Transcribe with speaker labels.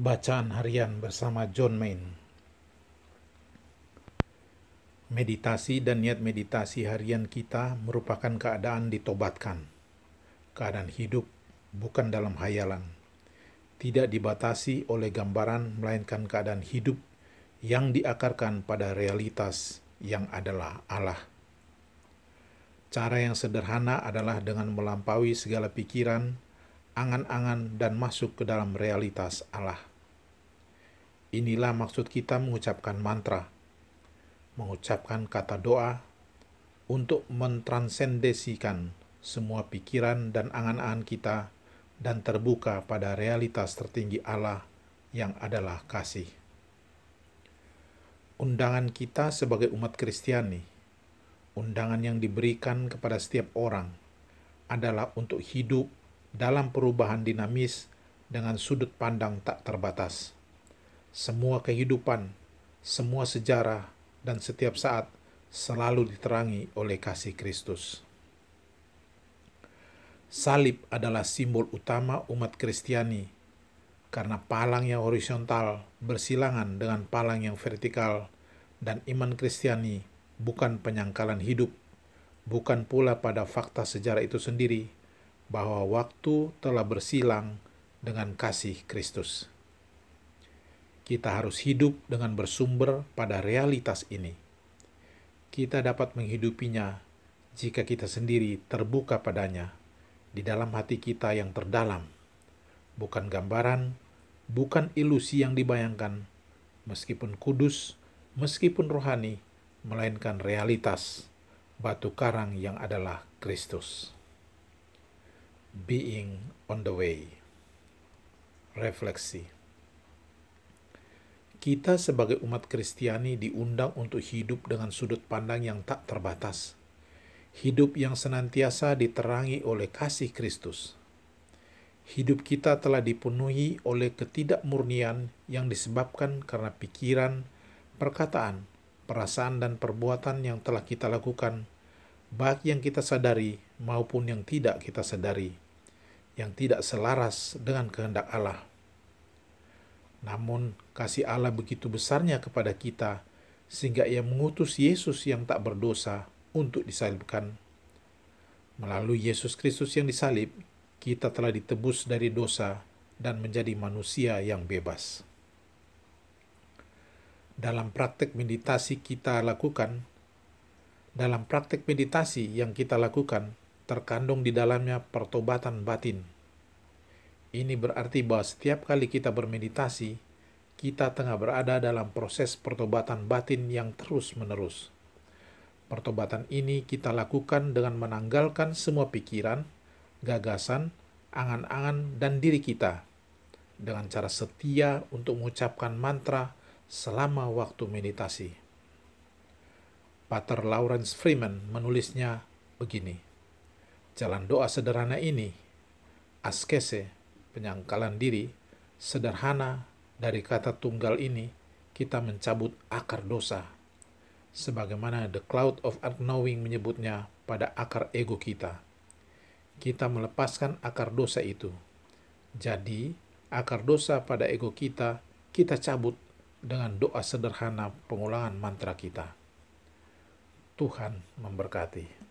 Speaker 1: Bacaan Harian bersama John Main. Meditasi dan niat meditasi harian kita merupakan keadaan ditobatkan. Keadaan hidup bukan dalam hayalan. Tidak dibatasi oleh gambaran, melainkan keadaan hidup yang diakarkan pada realitas yang adalah Allah. Cara yang sederhana adalah dengan melampaui segala pikiran, angan-angan, dan masuk ke dalam realitas Allah. Inilah maksud kita mengucapkan mantra, mengucapkan kata doa untuk mentransendesikan semua pikiran dan angan-angan kita dan terbuka pada realitas tertinggi Allah yang adalah kasih. Undangan kita sebagai umat Kristiani, undangan yang diberikan kepada setiap orang adalah untuk hidup dalam perubahan dinamis dengan sudut pandang tak terbatas. Semua kehidupan, semua sejarah, dan setiap saat selalu diterangi oleh kasih Kristus. Salib adalah simbol utama umat Kristiani karena palang yang horizontal bersilangan dengan palang yang vertikal, dan iman Kristiani bukan penyangkalan hidup, bukan pula pada fakta sejarah itu sendiri bahwa waktu telah bersilang dengan kasih Kristus. Kita harus hidup dengan bersumber pada realitas ini. Kita dapat menghidupinya jika kita sendiri terbuka padanya di dalam hati kita yang terdalam. Bukan gambaran, bukan ilusi yang dibayangkan, meskipun kudus, meskipun rohani, melainkan realitas, batu karang yang adalah Kristus. Being on the way. Refleksi. Kita sebagai umat Kristiani diundang untuk hidup dengan sudut pandang yang tak terbatas. Hidup yang senantiasa diterangi oleh kasih Kristus. Hidup kita telah dipenuhi oleh ketidakmurnian yang disebabkan karena pikiran, perkataan, perasaan, dan perbuatan yang telah kita lakukan, baik yang kita sadari maupun yang tidak kita sadari, yang tidak selaras dengan kehendak Allah. Namun, kasih Allah begitu besarnya kepada kita, sehingga Ia mengutus Yesus yang tak berdosa untuk disalibkan. Melalui Yesus Kristus yang disalib, kita telah ditebus dari dosa dan menjadi manusia yang bebas. Dalam praktek meditasi yang kita lakukan, terkandung di dalamnya pertobatan batin. Ini berarti bahwa setiap kali kita bermeditasi, kita tengah berada dalam proses pertobatan batin yang terus-menerus. Pertobatan ini kita lakukan dengan menanggalkan semua pikiran, gagasan, angan-angan, dan diri kita dengan cara setia untuk mengucapkan mantra selama waktu meditasi. Pater Lawrence Freeman menulisnya begini, jalan doa sederhana ini, askese, penyangkalan diri, sederhana dari kata tunggal ini, kita mencabut akar dosa. Sebagaimana The Cloud of Unknowing menyebutnya pada akar ego kita. Kita melepaskan akar dosa itu. Jadi, akar dosa pada ego kita cabut dengan doa sederhana pengulangan mantra kita. Tuhan memberkati.